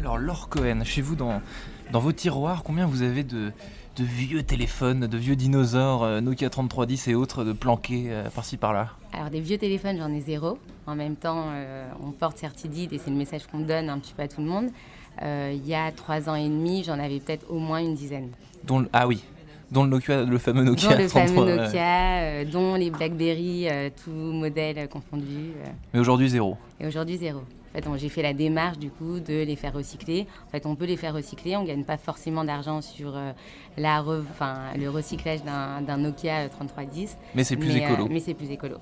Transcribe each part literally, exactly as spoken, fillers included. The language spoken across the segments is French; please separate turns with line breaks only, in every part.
Alors Laure Cohen, chez vous dans, dans vos tiroirs, combien vous avez de, de vieux téléphones, de vieux dinosaures, euh, Nokia trente-trois dix et autres, de planqués euh, par-ci par-là?
Alors des vieux téléphones, j'en ai zéro. En même temps, euh, on porte Certidil et c'est le message qu'on donne un petit peu à tout le monde. Euh, il y a trois ans et demi, j'en avais peut-être au moins une dizaine.
Dont le- ah oui, dont le, Nokia, le fameux Nokia
Dont le
trente-trois.
fameux
Ouais.
Nokia, euh, dont les BlackBerry, euh, tout modèle confondu. euh.
Mais aujourd'hui zéro.
Et aujourd'hui, zéro. En fait, on- j'ai fait la démarche du coup de les faire recycler. En fait, on peut les faire recycler. On ne gagne pas forcément d'argent sur euh, la re- enfin, le recyclage d'un, d'un Nokia trente-trois dix.
Mais c'est plus
mais,
écolo.
euh, mais c'est plus écolo.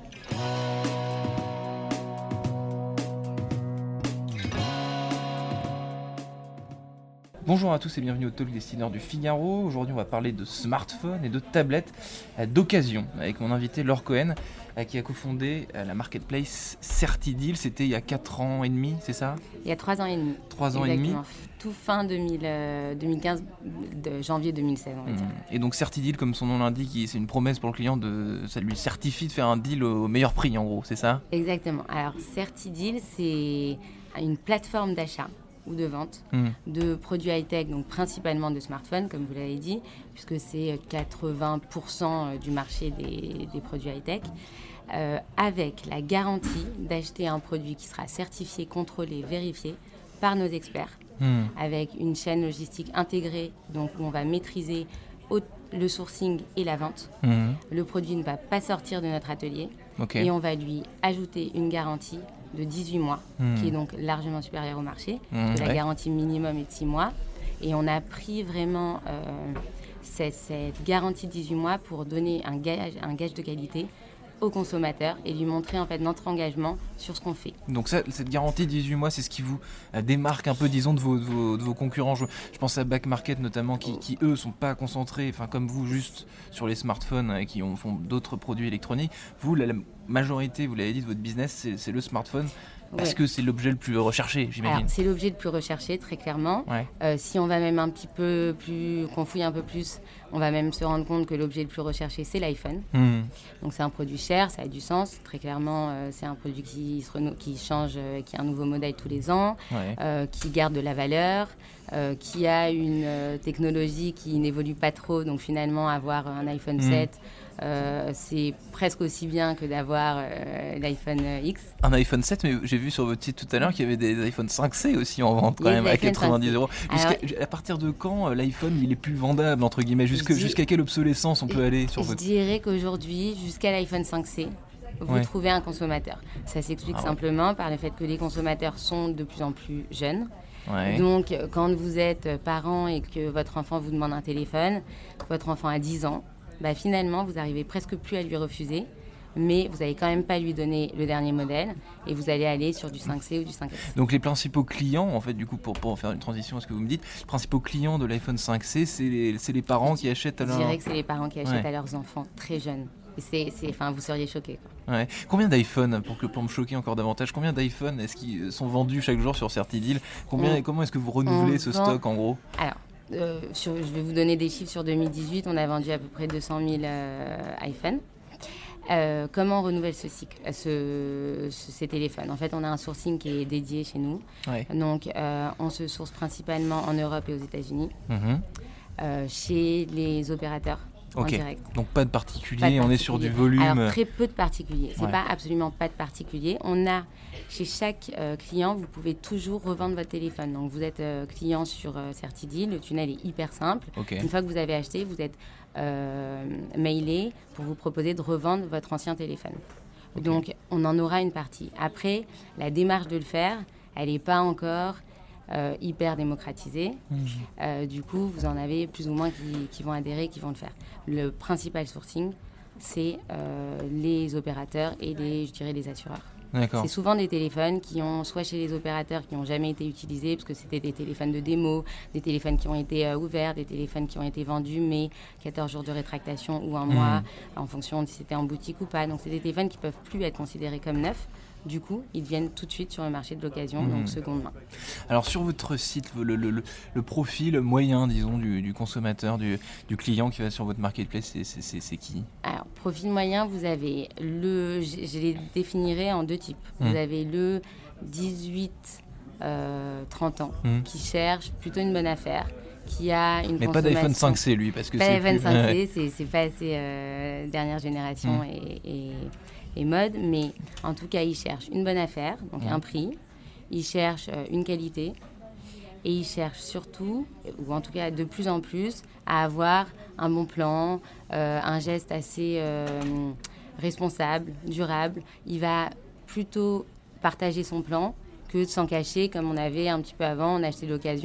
Bonjour à tous et bienvenue au Talk Destineur du Figaro. Aujourd'hui, on va parler de smartphones et de tablettes euh, d'occasion avec mon invité Laure Cohen euh, qui a cofondé euh, la marketplace Certidil. C'était il y a quatre ans et demi, c'est ça?
Il y a trois ans et demi.
trois ans et demi.
Exactement. Tout fin deux mille, euh, deux mille quinze, de janvier deux mille seize, on va dire.
Et donc Certidil, comme son nom l'indique, c'est une promesse pour le client, de, ça lui certifie de faire un deal au meilleur prix en gros, c'est ça?
Exactement. Alors, Certidil, c'est une plateforme d'achat ou de vente
Mmh.
de produits high-tech, donc principalement de smartphones, comme vous l'avez dit, puisque c'est quatre-vingts pour cent du marché des, des produits high-tech, euh, avec la garantie d'acheter un produit qui sera certifié, contrôlé, vérifié par nos experts,
Mmh.
avec une chaîne logistique intégrée, donc où on va maîtriser au- le sourcing et la vente.
Mmh.
Le produit ne va pas sortir de notre atelier
Ok.
et on va lui ajouter une garantie de dix-huit mois,
Mmh.
qui est donc largement supérieure au marché.
Mmh,
Parce que
ouais.
la garantie minimum est de six mois. Et on a pris vraiment euh, cette, cette garantie de dix-huit mois pour donner un gage, un gage de qualité au consommateur et lui montrer en fait notre engagement sur ce qu'on fait.
Donc ça, cette garantie de dix-huit mois, c'est ce qui vous euh, démarque un peu, disons, de vos, de vos, de vos concurrents. Je, je pense à Back Market notamment, qui, qui eux sont pas concentrés, enfin comme vous, juste sur les smartphones et qui ont, font d'autres produits électroniques. Vous, la, la majorité, vous l'avez dit, de votre business, c'est, c'est le smartphone. Parce
Ouais.
que c'est l'objet le plus recherché, j'imagine.
Alors, c'est l'objet le plus recherché, très clairement.
Ouais.
Euh, si on va même un petit peu plus, qu'on fouille un peu plus, on va même se rendre compte que l'objet le plus recherché, c'est l'iPhone.
Mmh.
Donc c'est un produit cher, ça a du sens. Très clairement, euh, c'est un produit qui, se renou- qui change, euh, qui a un nouveau modèle tous les ans,
Ouais.
euh, qui garde de la valeur, euh, qui a une euh, technologie qui n'évolue pas trop. Donc finalement, avoir un iPhone
Mm.
sept, euh, c'est presque aussi bien que d'avoir euh, l'iPhone X.
Un iPhone sept, mais j'ai vu sur votre site tout à l'heure qu'il y avait des iPhone cinq C aussi en vente
Il
quand
y a
même
des
à
iPhone
quatre-vingt-dix euros.
Alors-
Jusqu'à, à partir de quand euh, l'iPhone il est plus vendable entre guillemets? Jusque,
Je dis-
Jusqu'à quelle obsolescence on peut aller sur
Je
votre...
dirais qu'aujourd'hui, jusqu'à l'iPhone cinq C, vous
Ouais.
trouvez un consommateur. Ça s'explique
Ah ouais.
simplement par le fait que les consommateurs sont de plus en plus jeunes.
Ouais.
Donc, euh, quand vous êtes euh, parent et que votre enfant vous demande un téléphone, que votre enfant a dix ans, bah, finalement, vous n'arrivez presque plus à lui refuser, mais vous n'allez quand même pas lui donner le dernier modèle et vous allez aller sur du cinq C ou du cinq S.
Donc les principaux clients, en fait, du coup, pour, pour faire une transition à ce que vous me dites, les principaux clients de l'iPhone cinq C, c'est les, c'est les parents qui achètent à
Je
leur...
dirais que c'est les parents qui achètent
Ouais.
à leurs enfants très jeunes. Et c'est, c'est, enfin, vous seriez choqués, quoi.
Ouais. Combien d'iPhone, pour, que, pour me choquer encore davantage, combien d'iPhone est-ce qu'ils sont vendus chaque jour sur Certidil? Combien,
On-
Comment est-ce que vous renouvelez
on
ce
vend-
stock en gros?
Alors, euh, sur- je vais vous donner des chiffres sur deux mille dix-huit. On a vendu à peu près deux cent mille euh, iPhones. Euh, comment on renouvelle ce cycle, euh, ce, ce- ces téléphones? En fait, on a un sourcing qui est dédié chez nous.
Ouais.
Donc, euh, on se source principalement en Europe et aux États-Unis,
Mhm.
euh, chez les opérateurs en
Ok.
direct.
Donc pas de particulier,
Pas de
on est sur du
particulier.
volume.
Alors, très peu de particuliers. C'est
Ouais.
pas absolument pas de particuliers. On a, chez chaque euh, client, vous pouvez toujours revendre votre téléphone. Donc, vous êtes euh, client sur euh, Certidil. Le tunnel est hyper simple.
Ok.
Une fois que vous avez acheté, vous êtes euh, mailé pour vous proposer de revendre votre ancien téléphone.
Ok.
Donc, on en aura une partie. Après, la démarche de le faire, elle n'est pas encore euh, hyper démocratisée.
Mhm.
Euh, du coup, vous en avez plus ou moins qui, qui vont adhérer, qui vont le faire. Le principal sourcing, c'est euh, les opérateurs et les, je dirais, les assureurs.
D'accord.
C'est souvent des téléphones qui ont, soit chez les opérateurs, qui n'ont jamais été utilisés, parce que c'était des téléphones de démo, des téléphones qui ont été euh, ouverts, des téléphones qui ont été vendus, mais quatorze jours de rétractation ou un
Mhm.
mois, en fonction de si c'était en boutique ou pas. Donc, c'est des téléphones qui ne peuvent plus être considérés comme neufs. Du coup, ils viennent tout de suite sur le marché de l'occasion,
Mhm.
donc seconde main.
Alors sur votre site, le, le, le, le profil moyen, disons, du, du consommateur, du, du client qui va sur votre marketplace, c'est, c'est, c'est, c'est qui?
Alors, profil moyen, vous avez le... Je, je les définirais en deux types.
Mmh.
Vous avez le dix-huit euh, trente ans,
mmh.
qui cherche plutôt une bonne affaire, qui a une
mais
consommation...
pas d'iPhone cinq C, lui, parce que
pas
c'est
d'iPhone
plus...
cinq C,
ouais.
c'est, c'est pas assez euh, dernière génération mmh. et, et, et mode, mais en tout cas, il cherche une bonne affaire, donc mmh. un prix, il cherche euh, une qualité, et il cherche surtout, ou en tout cas de plus en plus, à avoir un bon plan, euh, un geste assez euh, responsable, durable. Il va plutôt partager son plan que de s'en cacher comme on avait un petit peu avant. On achetait l'occasion,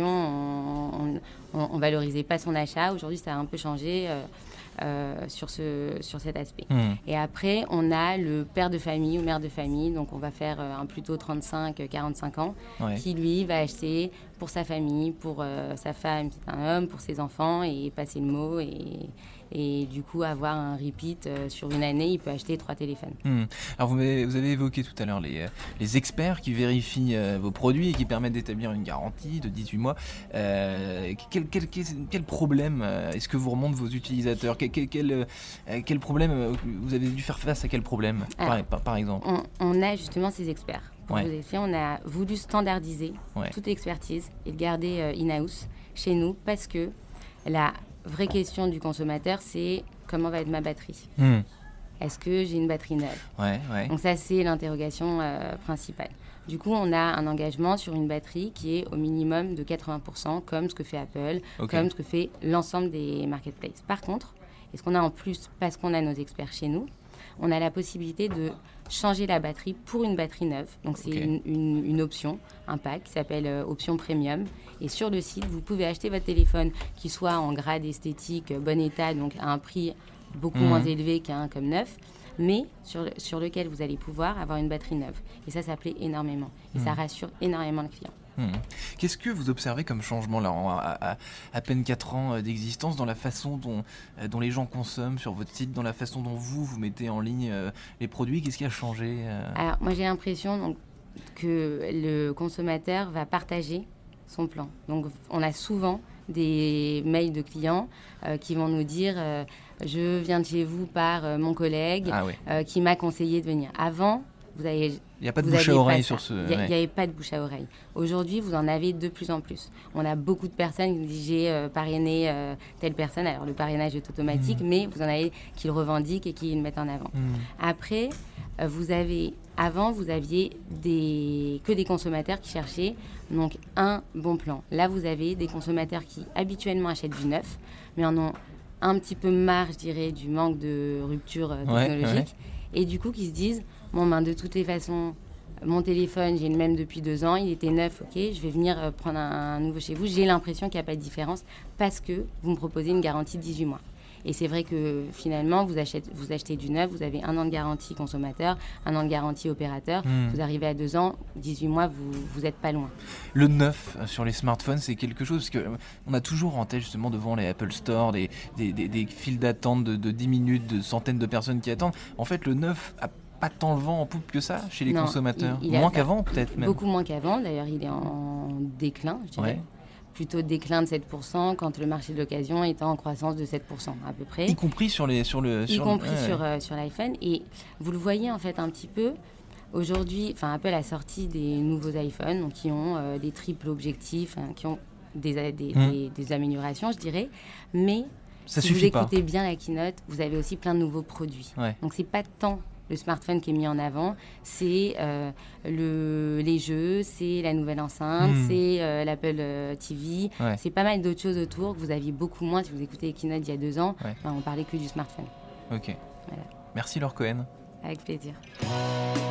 on, on, on valorisait pas son achat. Aujourd'hui, ça a un peu changé euh, euh, sur, ce, sur cet aspect. Mmh. Et après, on a le père de famille ou mère de famille, donc on va faire euh, un plutôt trente-cinq à quarante-cinq ans, ouais. qui lui va acheter pour sa famille, pour euh, sa femme, c'est un homme, pour ses enfants, et passer le mot et... et du coup avoir un repeat euh, sur une année, il peut acheter trois téléphones.
Mmh. Alors vous avez, vous avez évoqué tout à l'heure les, euh, les experts qui vérifient euh, vos produits et qui permettent d'établir une garantie de dix-huit mois. Euh, quel, quel, quel, quel problème euh, est-ce que vous remontent vos utilisateurs? Quel, quel, quel, euh, quel problème euh, vous avez dû faire face à quel problème? Alors, par, par exemple
on, on a justement ces experts. Pour ouais. vous expliquer, on a voulu standardiser ouais. toute l'expertise et le garder euh, in-house chez nous parce que la vraie question du consommateur, c'est comment va être ma batterie mmh. Est-ce que j'ai une batterie neuve
ouais, ouais.
Donc ça, c'est l'interrogation euh, principale. Du coup, on a un engagement sur une batterie qui est au minimum de quatre-vingts pour cent, comme ce que fait Apple, okay. comme ce que fait l'ensemble des marketplaces. Par contre, est-ce qu'on a en plus, parce qu'on a nos experts chez nous, on a la possibilité de changer la batterie pour une batterie neuve. Donc, c'est okay. une, une, une option, un pack qui s'appelle euh, option premium. Et sur le site, vous pouvez acheter votre téléphone qui soit en grade esthétique, bon état, donc à un prix beaucoup mmh. moins élevé qu'un comme neuf, mais sur, le, sur lequel vous allez pouvoir avoir une batterie neuve. Et ça, ça plaît énormément. Et mmh. ça rassure énormément le client.
Mmh. Qu'est-ce que vous observez comme changement là, en, à, à, à peine quatre ans d'existence dans la façon dont, dont les gens consomment sur votre site, dans la façon dont vous, vous mettez en ligne euh, les produits? Qu'est-ce qui a changé euh...
Alors, moi, j'ai l'impression donc, que le consommateur va partager son plan. Donc, on a souvent des mails de clients euh, qui vont nous dire euh, « Je viens de chez vous par euh, mon collègue ah, oui. euh, qui m'a conseillé de venir. » Avant, vous avez...
Il n'y a pas de bouche à oreille sur ce...
Il n'y ouais. avait pas de bouche à oreille. Aujourd'hui, vous en avez de plus en plus. On a beaucoup de personnes qui disent « J'ai euh, parrainé euh, telle personne. » Alors, le parrainage est automatique, mmh. mais vous en avez qui le revendiquent et qui le mettent en avant. Mmh. Après, euh, vous avez... Avant, vous aviez des... que des consommateurs qui cherchaient donc un bon plan. Là, vous avez des consommateurs qui habituellement achètent du neuf, mais en ont un petit peu marre, je dirais, du manque de rupture euh, technologique. Ouais, ouais. Et du coup, qui se disent, bon, ben, de toutes les façons, mon téléphone, j'ai le même depuis deux ans, il était neuf, ok, je vais venir euh, prendre un, un nouveau chez vous. J'ai l'impression qu'il n'y a pas de différence parce que vous me proposez une garantie de dix-huit mois. Et c'est vrai que finalement, vous achetez, vous achetez du neuf, vous avez un an de garantie consommateur, un an de garantie opérateur. Mmh. Vous arrivez à deux ans, dix-huit mois, vous n'êtes pas loin.
Le neuf sur les smartphones, c'est quelque chose, parce qu'on a toujours en tête justement devant les Apple Store des, des, des, des files d'attente de, de dix minutes, de centaines de personnes qui attendent. En fait, le neuf a pas tant le vent en poupe que ça chez les non, consommateurs. Il, il moins qu'avant, peut-être même.
Beaucoup moins qu'avant. D'ailleurs, il est en déclin, je dirais. Ouais. Plutôt déclin de sept pour cent quand le marché de l'occasion est en croissance de sept pour cent à peu près.
Y compris sur, les, sur le...
Y
sur
compris
le... Ouais,
sur,
ouais.
euh, sur l'iPhone. Et vous le voyez en fait un petit peu. Aujourd'hui, Apple a sorti des nouveaux iPhones donc, qui ont euh, des triples objectifs, hein, qui ont des, des, mmh. des, des améliorations, je dirais. Mais
ça
si
suffit
vous écoutez
pas.
bien la keynote, vous avez aussi plein de nouveaux produits. Ouais. Donc c'est pas tant le smartphone qui est mis en avant, c'est euh, le, les jeux, c'est la nouvelle enceinte, mmh. c'est euh, l'Apple euh, T V, ouais. c'est pas mal d'autres choses autour que vous aviez beaucoup moins. Si vous écoutez les keynotes il y a deux ans, ouais. ben, on parlait que du smartphone.
Ok. Voilà. Merci Laure Cohen.
Avec plaisir.